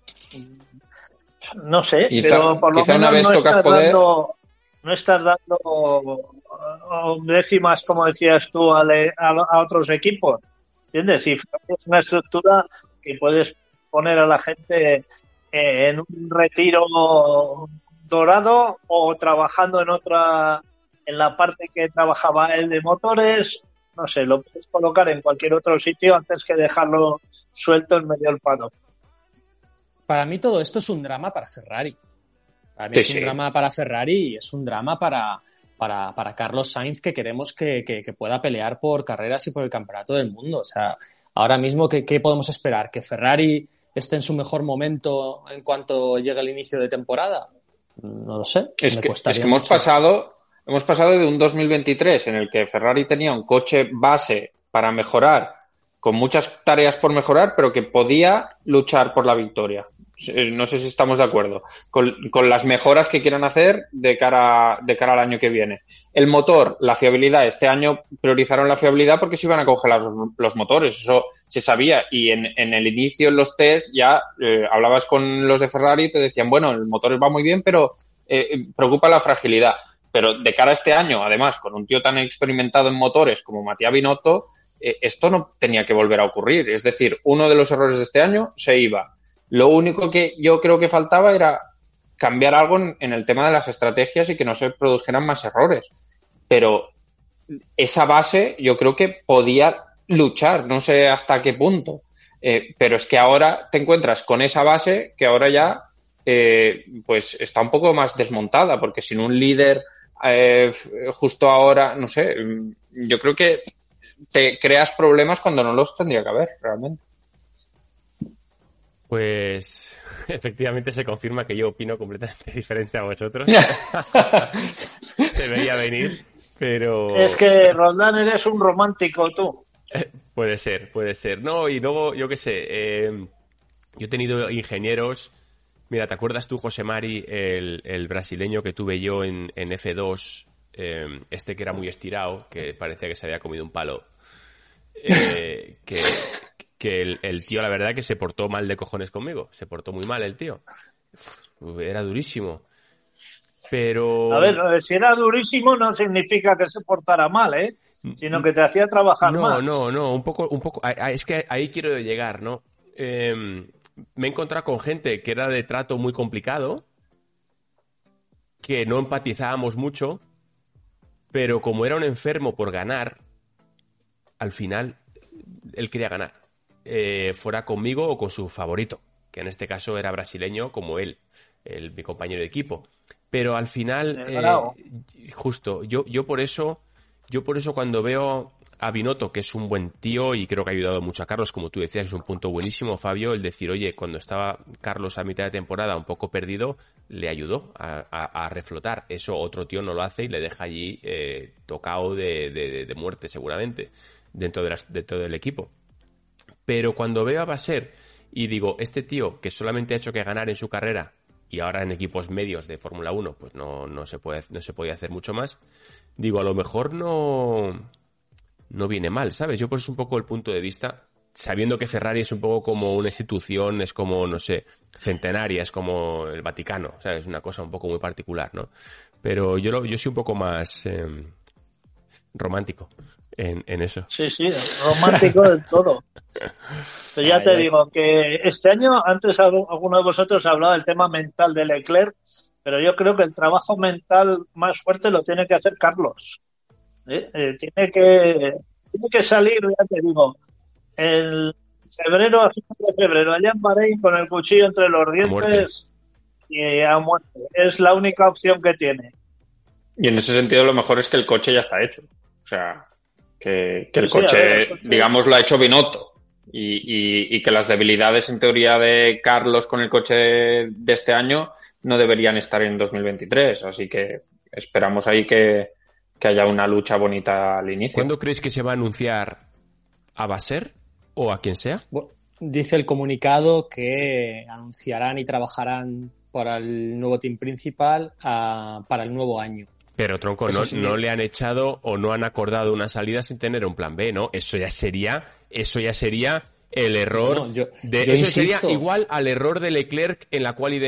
No sé, pero por lo menos no estás dando décimas, como decías tú, a otros equipos. ¿Entiendes? Si es una estructura que puedes poner a la gente en un retiro dorado o trabajando en la parte que trabajaba él de motores. No sé, lo puedes colocar en cualquier otro sitio antes que dejarlo suelto en medio del paddock. Para mí todo esto es un drama para Ferrari. Para mí es un drama para Ferrari y es un drama para Carlos Sainz, que queremos que pueda pelear por carreras y por el campeonato del mundo. O sea, ahora mismo, ¿qué podemos esperar? ¿Que Ferrari esté en su mejor momento en cuanto llegue el inicio de temporada? No lo sé. Es que hemos pasado de un 2023 en el que Ferrari tenía un coche base para mejorar, con muchas tareas por mejorar, pero que podía luchar por la victoria. No sé si estamos de acuerdo con las mejoras que quieran hacer de cara al año que viene. El motor, la fiabilidad. Este año priorizaron la fiabilidad porque se iban a congelar los motores. Eso se sabía. Y en el inicio, en los test, ya hablabas con los de Ferrari y te decían, bueno, el motor va muy bien, pero preocupa la fragilidad. Pero de cara a este año, además, con un tío tan experimentado en motores como Mattia Binotto, esto no tenía que volver a ocurrir. Es decir, uno de los errores de este año se iba. Lo único que yo creo que faltaba era cambiar algo en el tema de las estrategias y que no se produjeran más errores. Pero esa base yo creo que podía luchar, no sé hasta qué punto. Pero es que ahora te encuentras con esa base que ahora ya pues está un poco más desmontada, porque sin un líder justo ahora, no sé, yo creo que te creas problemas cuando no los tendría que haber, realmente. Pues efectivamente se confirma que yo opino completamente diferente a vosotros. Te veía venir, pero... Es que, Roldán, eres un romántico tú. Puede ser. No, y luego, yo qué sé, yo he tenido ingenieros... Mira, ¿te acuerdas tú, José Mari, el brasileño que tuve yo en F2, que era muy estirado, que parecía que se había comido un palo? Que el tío, la verdad, que se portó mal de cojones conmigo. Se portó muy mal el tío. Era durísimo. Pero... A ver, si era durísimo no significa que se portara mal, sino que te hacía trabajar más. No, un poco... Es que ahí quiero llegar, ¿no? Me he encontrado con gente que era de trato muy complicado, que no empatizábamos mucho, pero como era un enfermo por ganar, al final él quería ganar. Fuera conmigo o con su favorito, que en este caso era brasileño como él, mi compañero de equipo. Pero al final, justo, yo por eso cuando veo a Binotto, que es un buen tío y creo que ha ayudado mucho a Carlos, como tú decías, es un punto buenísimo, Fabio, el decir, oye, cuando estaba Carlos a mitad de temporada un poco perdido, le ayudó a reflotar. Eso otro tío no lo hace y le deja allí tocado de muerte, seguramente, dentro del equipo. Pero cuando veo a Vasser y digo, este tío que solamente ha hecho que ganar en su carrera y ahora en equipos medios de Fórmula 1 pues no se puede hacer mucho más, digo, a lo mejor no viene mal, ¿sabes? Yo por eso un poco el punto de vista, sabiendo que Ferrari es un poco como una institución, es como, no sé, centenaria, es como el Vaticano, ¿sabes? Es una cosa un poco muy particular, ¿no? Pero yo soy un poco más romántico en eso. Sí, romántico del todo. Pero ya te digo que este año, antes alguno de vosotros hablaba del tema mental de Leclerc, pero yo creo que el trabajo mental más fuerte lo tiene que hacer Carlos. Tiene que salir, ya te digo, el febrero, a finales de febrero, allá en Bahrein con el cuchillo entre los dientes y a muerte. Es la única opción que tiene. Y en ese sentido lo mejor es que el coche ya está hecho. O sea, que el coche, digamos, lo ha hecho Binotto. Y que las debilidades, en teoría, de Carlos con el coche de este año no deberían estar en 2023. Así que esperamos ahí que haya una lucha bonita al inicio. ¿Cuándo crees que se va a anunciar a Vasser o a quien sea? Dice el comunicado que anunciarán y trabajarán para el nuevo team principal para el nuevo año. Pero, tronco, no le han echado o no han acordado una salida sin tener un plan B, ¿no? Eso ya sería el error. Yo eso insisto. sería igual al error de Leclerc en la quali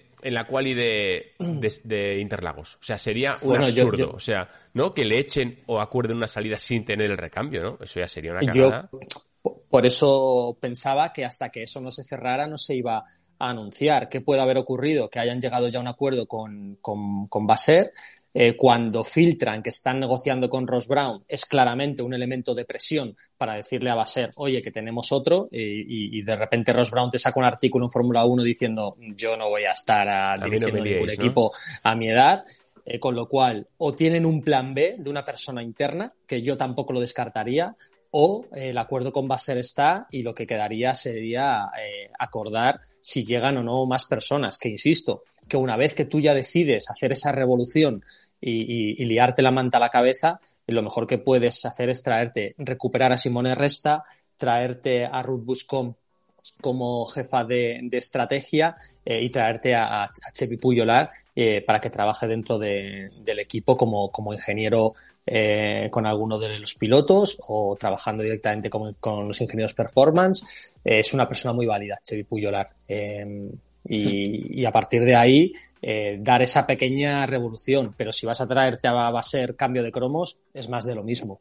de Interlagos. O sea, sería un absurdo. O sea, ¿no? Que le echen o acuerden una salida sin tener el recambio, ¿no? Eso ya sería una cagada. Por eso pensaba que hasta que eso no se cerrara no se iba a anunciar. ¿Qué puede haber ocurrido? Que hayan llegado ya a un acuerdo con Vasseur. Cuando filtran que están negociando con Ross Brown, es claramente un elemento de presión para decirle a Vasseur, oye, que tenemos otro, y de repente Ross Brown te saca un artículo en Fórmula 1 diciendo, yo no voy a estar dirigiendo ningún equipo a mi edad. Con lo cual, o tienen un plan B de una persona interna, que yo tampoco lo descartaría, o el acuerdo con Vasseur está y lo que quedaría sería acordar si llegan o no más personas, que insisto, que una vez que tú ya decides hacer esa revolución y liarte la manta a la cabeza, lo mejor que puedes hacer es recuperar a Simone Resta, traerte a Ruth Buscom como jefa de estrategia y traerte a Xevi Pujolar para que trabaje dentro del equipo como ingeniero con alguno de los pilotos o trabajando directamente con los ingenieros performance. Es una persona muy válida, Xevi Pujolar. Y a partir de ahí dar esa pequeña revolución. Pero si vas a traerte va a ser cambio de cromos, es más de lo mismo.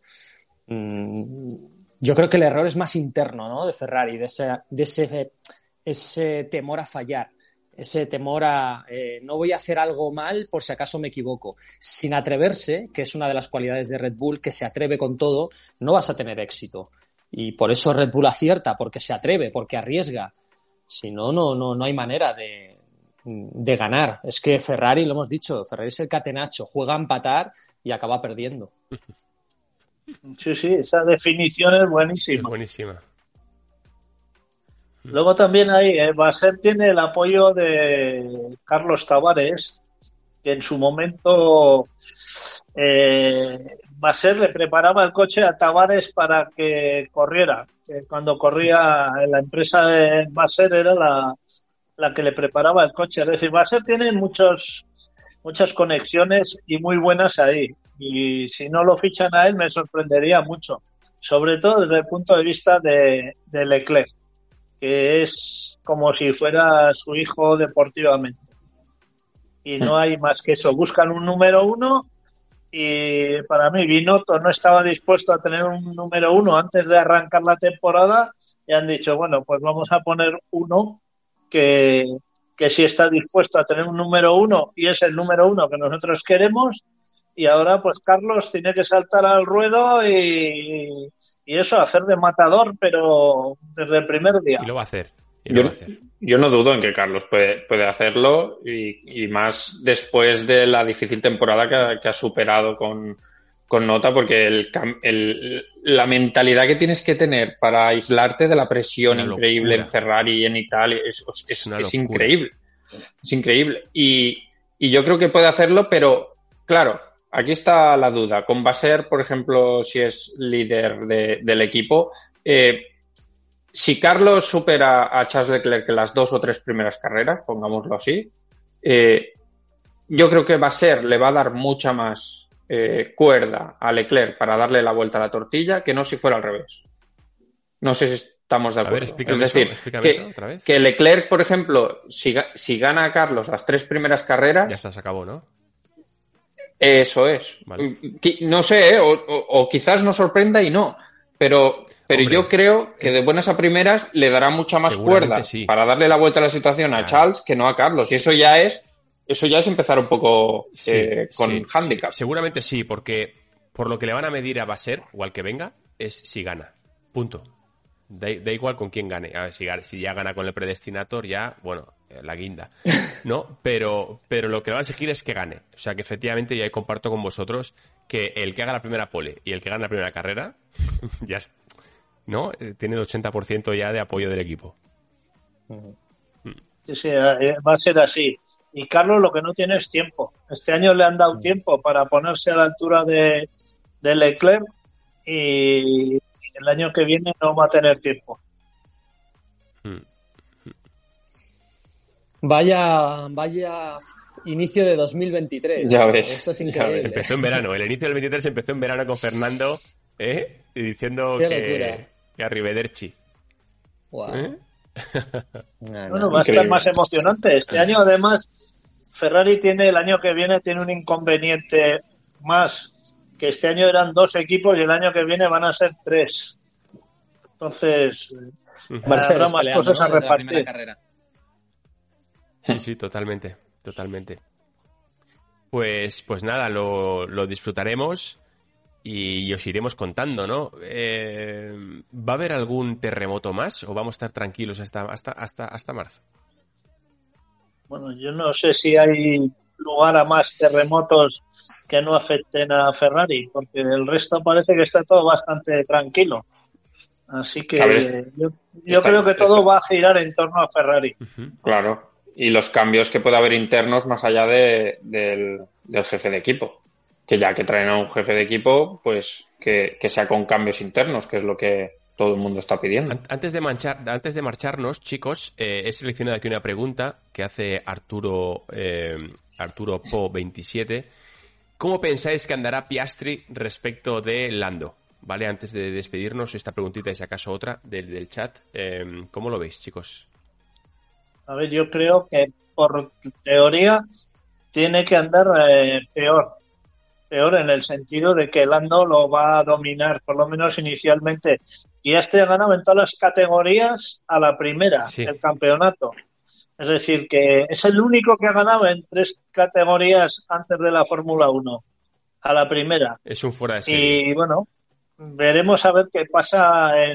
Yo creo que el error es más interno, ¿no? De Ferrari, de ese temor a fallar, ese temor a no voy a hacer algo mal por si acaso me equivoco. Sin atreverse, que es una de las cualidades de Red Bull, que se atreve con todo, no vas a tener éxito. Y por eso Red Bull acierta, porque se atreve, porque arriesga. Si no, no hay manera de ganar. Es que Ferrari, lo hemos dicho, Ferrari es el catenacho, juega a empatar y acaba perdiendo. Sí, esa definición es buenísima. Es buenísima. Luego también ahí Vasseur tiene el apoyo de Carlos Tavares, que en su momento Vasseur le preparaba el coche a Tavares para que corriera. Que cuando corría en la empresa de Vasseur era la que le preparaba el coche. Es decir, Vasseur tiene muchas conexiones y muy buenas ahí. Y si no lo fichan a él me sorprendería mucho, sobre todo desde el punto de vista de Leclerc, que es como si fuera su hijo deportivamente. Y no hay más que eso, buscan un número uno y para mí Binotto no estaba dispuesto a tener un número uno antes de arrancar la temporada y han dicho, bueno, pues vamos a poner uno que sí está dispuesto a tener un número uno y es el número uno que nosotros queremos. Y ahora, pues, Carlos tiene que saltar al ruedo y eso, hacer de matador, pero desde el primer día. Y lo va a hacer. Yo no dudo en que Carlos puede hacerlo y más después de la difícil temporada que ha superado con Nota, porque la mentalidad que tienes que tener para aislarte de la presión increíble en Ferrari y en Italia es increíble. Es increíble. Y yo creo que puede hacerlo, pero, claro, aquí está la duda. Con Vasseur, por ejemplo, si es líder del equipo, si Carlos supera a Charles Leclerc en las 2 o 3 primeras carreras, pongámoslo así, yo creo que Vasseur le va a dar mucha más cuerda a Leclerc para darle la vuelta a la tortilla que no si fuera al revés. No sé si estamos de acuerdo. A ver, es decir, eso otra vez. Que Leclerc, por ejemplo, si gana a Carlos las 3 primeras carreras... Ya está, se acabó, ¿no? Eso es. Vale. No sé, o quizás nos sorprenda y no, pero hombre, yo creo que de buenas a primeras le dará mucha más cuerda para darle la vuelta a la situación a Charles que no a Carlos. Y eso ya es empezar un poco con handicap. Seguramente sí, porque por lo que le van a medir a Vasseur o al que venga es si gana. Punto. Da igual con quién gane. A ver, si ya gana con el Predestinator, ya, bueno, la guinda, ¿no? Pero lo que le van a exigir es que gane. O sea, que efectivamente yo ahí comparto con vosotros que el que haga la primera pole y el que gane la primera carrera, ya, ¿no? Tiene el 80% ya de apoyo del equipo. Sí, va a ser así. Y Carlos lo que no tiene es tiempo. Este año le han dado tiempo para ponerse a la altura de Leclerc y el año que viene no va a tener tiempo. Vaya inicio de 2023. Ya ves. Esto es increíble. Empezó en verano. El inicio del 23 empezó en verano con Fernando, y diciendo que arrivederci. Wow. Bueno, va a estar más emocionante. Este año, además, Ferrari el año que viene tiene un inconveniente más, que este año eran 2 equipos y el año que viene van a ser 3. Entonces, habrá más cosas a repartir. Sí, totalmente. Pues nada, lo disfrutaremos y os iremos contando, ¿no? ¿Va a haber algún terremoto más o vamos a estar tranquilos hasta marzo? Bueno, yo no sé si hay lugar a más terremotos que no afecten a Ferrari, porque el resto parece que está todo bastante tranquilo. Así que yo creo que todo va a girar en torno a Ferrari. Claro. Y los cambios que puede haber internos más allá del jefe de equipo. Que ya que traen a un jefe de equipo, pues que sea con cambios internos, que es lo que todo el mundo está pidiendo. Antes de marcharnos, chicos, he seleccionado aquí una pregunta que hace Arturo Po 27. ¿Cómo pensáis que andará Piastri respecto de Lando? ¿Vale? Antes de despedirnos, esta preguntita y si acaso otra del chat. ¿Cómo lo veis, chicos? A ver, yo creo que por teoría tiene que andar peor en el sentido de que Lando lo va a dominar, por lo menos inicialmente. Y ha ganado en todas las categorías a la primera, el campeonato. Es decir, que es el único que ha ganado en 3 categorías antes de la Fórmula 1, a la primera. Es un fuera de serie. Y bueno, veremos a ver qué pasa a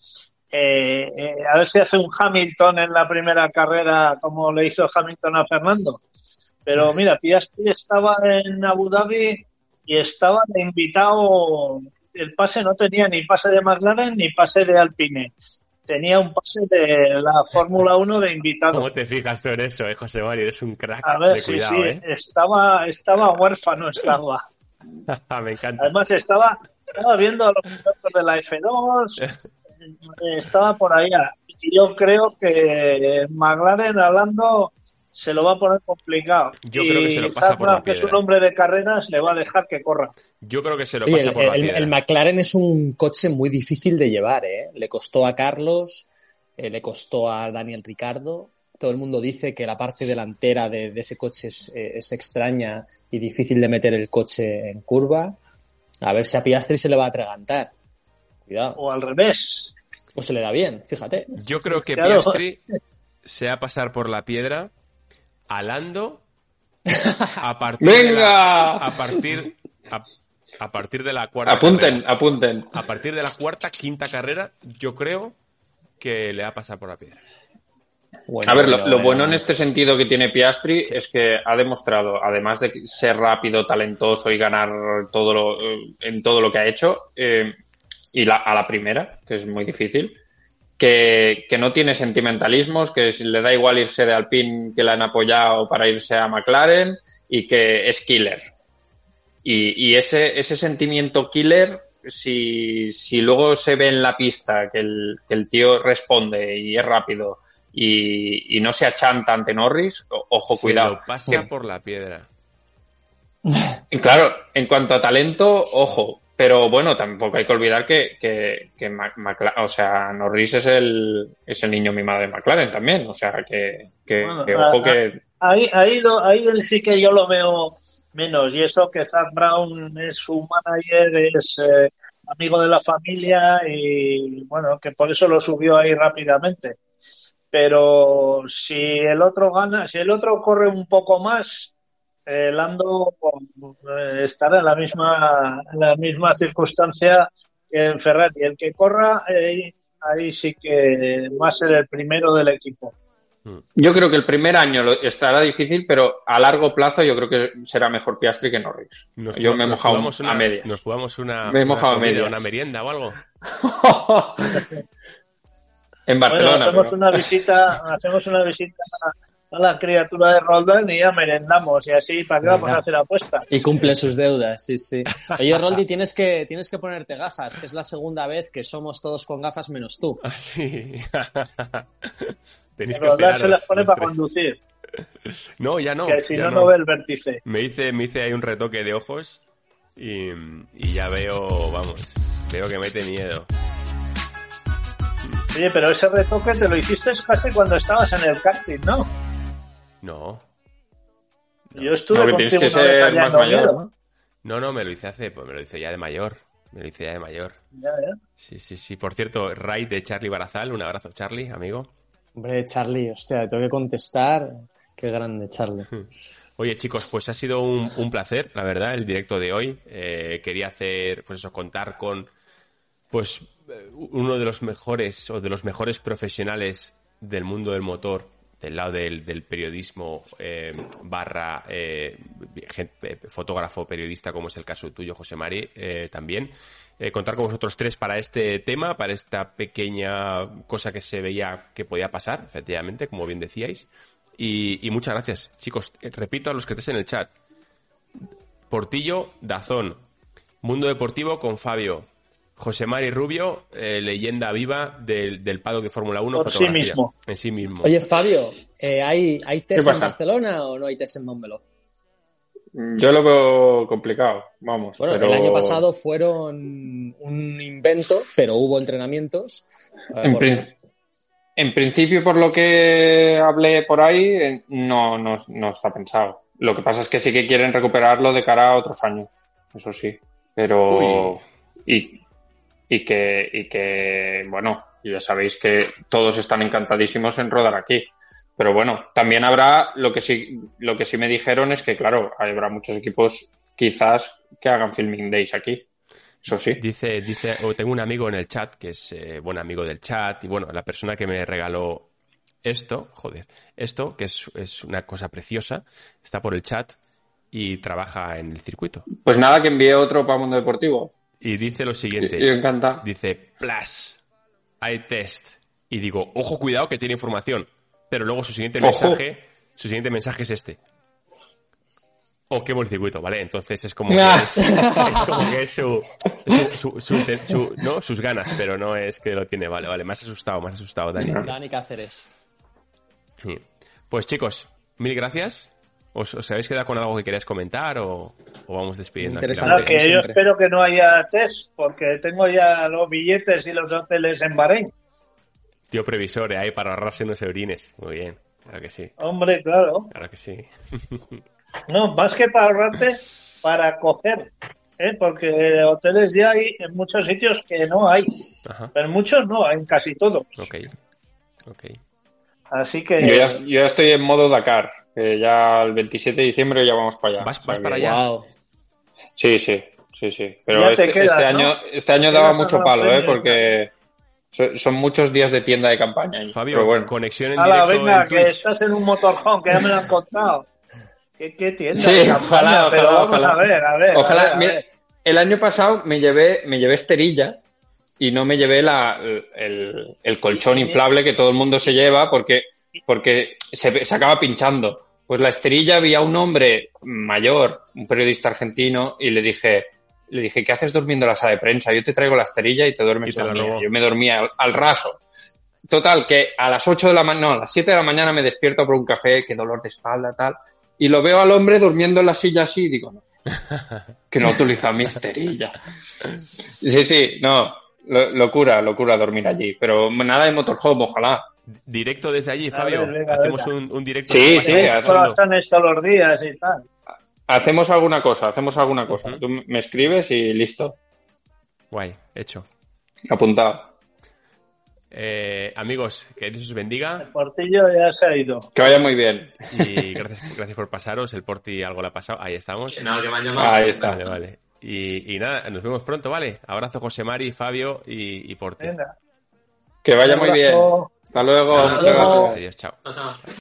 ver si hace un Hamilton en la primera carrera como le hizo Hamilton a Fernando. Pero mira, Piastri estaba en Abu Dhabi y estaba de invitado. El pase no tenía ni pase de McLaren ni pase de Alpine. Tenía un pase de la Fórmula 1 de invitado. ¿Cómo te fijas tú en eso, José Mari? Eres un crack. A ver, de cuidado, estaba huérfano, estaba. Me encanta. Además estaba viendo a los pilotos de la F2, estaba por allá. Y yo creo que McLaren hablando se lo va a poner complicado. Yo creo que se lo pasa por la piedra. Que es un hombre de carreras, le va a dejar que corra. Yo creo que se lo pasa por la piedra. El McLaren es un coche muy difícil de llevar, ¿eh? Le costó a Carlos, le costó a Daniel Ricciardo. Todo el mundo dice que la parte delantera de ese coche es extraña y difícil de meter el coche en curva. A ver si a Piastri se le va a atragantar. Cuidado. O al revés. O se le da bien, fíjate. Yo creo que Piastri se va a pasar por la piedra a Lando a partir de la cuarta apunten. A partir de la quinta carrera, yo creo que le va a pasar por la piedra. Bueno, a ver, lo bueno en este sentido que tiene Piastri es que ha demostrado, además de ser rápido, talentoso y ganar en todo lo que ha hecho, a la primera, que es muy difícil, que no tiene sentimentalismos, que le da igual irse de Alpine que le han apoyado para irse a McLaren y que es killer. Y ese sentimiento killer, si luego se ve en la pista que el tío responde y es rápido y no se achanta ante Norris, ojo, cuidado. Lo pasa por la piedra. Claro, en cuanto a talento, ojo. Pero bueno, tampoco hay que olvidar que Norris es el niño mimado de McLaren también. O sea, ojo que... Ahí sí que yo lo veo menos. Y eso que Zak Brown es su manager, es amigo de la familia y bueno, que por eso lo subió ahí rápidamente. Pero si el otro corre un poco más, Lando estará en la misma circunstancia que en Ferrari. El que corra, ahí sí que va a ser el primero del equipo. Yo creo que el primer año estará difícil, pero a largo plazo yo creo que será mejor Piastri que Norris. Yo me he mojado a medias. Nos jugamos una merienda o algo. En Barcelona. Bueno, hacemos una visita a la criatura de Roldán y ya merendamos y así, ¿para qué vamos a hacer apuestas? Y cumple sus deudas, sí. Oye, Roldi, tienes que ponerte gafas, que es la segunda vez que somos todos con gafas menos tú. Sí. Tenéis que Roldán se las pone para conducir. No, ya no. Que si no ve el vértice. Me hice ahí un retoque de ojos y ya veo que mete miedo. Oye, pero ese retoque te lo hiciste casi cuando estabas en el karting, ¿no? No. Yo estuve contigo una vez allá en Oviedo. No, me lo hice ya de mayor. Ya. Sí. Por cierto, raid de Charlie Barazal. Un abrazo, Charlie, amigo. Hombre, Charlie, hostia, tengo que contestar Qué grande, Charlie. Oye, chicos, pues ha sido un placer, la verdad, el directo de hoy. Quería hacer, pues eso, contar con pues uno de los mejores o de los mejores profesionales del mundo del motor, del lado del periodismo barra fotógrafo periodista, como es el caso tuyo, José Mari, también. Contar con vosotros tres para este tema, para esta pequeña cosa que se veía que podía pasar, efectivamente, como bien decíais. Y muchas gracias, chicos. Repito a los que estéis en el chat. Portillo, Dazón. Mundo Deportivo con Fabio. José Mari Rubio, leyenda viva del paddock de Fórmula 1. Por fotografía. sí mismo. En sí mismo. Oye, Fabio, ¿hay test pasa? en Barcelona o no hay test en Montmeló? Yo lo veo complicado, vamos. Bueno, pero... el año pasado fueron un invento, pero hubo entrenamientos. En principio, por lo que hablé por ahí, no está pensado. Lo que pasa es que sí que quieren recuperarlo de cara a otros años, eso sí. Pero... Y que, bueno, ya sabéis que todos están encantadísimos en rodar aquí. Pero bueno, también habrá, lo que sí me dijeron es que, claro, habrá muchos equipos quizás que hagan filming days aquí. Eso sí. Dice, tengo un amigo en el chat que es buen amigo del chat y bueno, la persona que me regaló esto, que es una cosa preciosa, está por el chat y trabaja en el circuito. Pues nada, que envíe otro para Mundo Deportivo. Y dice lo siguiente. Yo encantado. Dice, plus, hay test. Y digo, ojo, cuidado que tiene información. Pero luego su siguiente mensaje es este. O quemo el circuito, ¿vale? Entonces es como que es sus ganas, pero no es que lo tiene. Vale. Me has asustado, Dani. Dani Cáceres. Sí. Pues chicos, mil gracias. ¿Os habéis quedado con algo que queráis comentar o vamos despidiendo? Interesante. Que yo espero que no haya test, porque tengo ya los billetes y los hoteles en Bahrein. Tío previsor, ahí para ahorrarse unos eurines. Muy bien, claro que sí. Hombre, claro. Claro que sí. No, más que para ahorrarte, para coger. Porque hoteles ya hay en muchos sitios que no hay. Ajá. Pero en muchos no, en casi todos. Ok. Así que... Yo ya estoy en modo Dakar, que ya el 27 de diciembre ya vamos para allá. ¿Vas para allá? Wow. Sí. Pero este año daba mucho palo, porque son muchos días de tienda de campaña. Ahí. Fabio, pero bueno. conexión en Hala, directo venga, en que Twitch. estás en un motorhome, que ya me lo han contado. ¿Qué tienda Sí, de campaña? Pero vamos a ver. Ojalá. A ver. Mira, el año pasado me llevé esterilla y no me llevé el colchón inflable que todo el mundo se lleva porque se acaba pinchando. Pues la esterilla, había un hombre mayor, un periodista argentino, y le dije, ¿qué haces durmiendo en la sala de prensa? Yo te traigo la esterilla y te duermes en la mía. Yo me dormía al raso. Total, que a las 7 de la mañana me despierto por un café, qué dolor de espalda, tal, y lo veo al hombre durmiendo en la silla así, y digo, no, que no utiliza mi esterilla. Sí, no, locura dormir allí, pero nada de motorhome, ojalá. Directo desde allí, Fabio. Venga, hacemos un directo. Sí. Croissants todos los días y tal. Hacemos alguna cosa. Tú me escribes y listo. Guay, hecho. Apuntado. Amigos, que Dios os bendiga. El Portillo ya se ha ido. Que vaya muy bien. Y gracias por pasaros. El Porti algo le ha pasado. Ahí estamos. No, que me han llamado. Ahí está. Vale. Y nada, nos vemos pronto, ¿vale? Abrazo, José Mari, Fabio y Porti. Venga. Que vaya muy bien. Hasta luego. Hasta Muchas luego. gracias. Adiós, chao. Chao.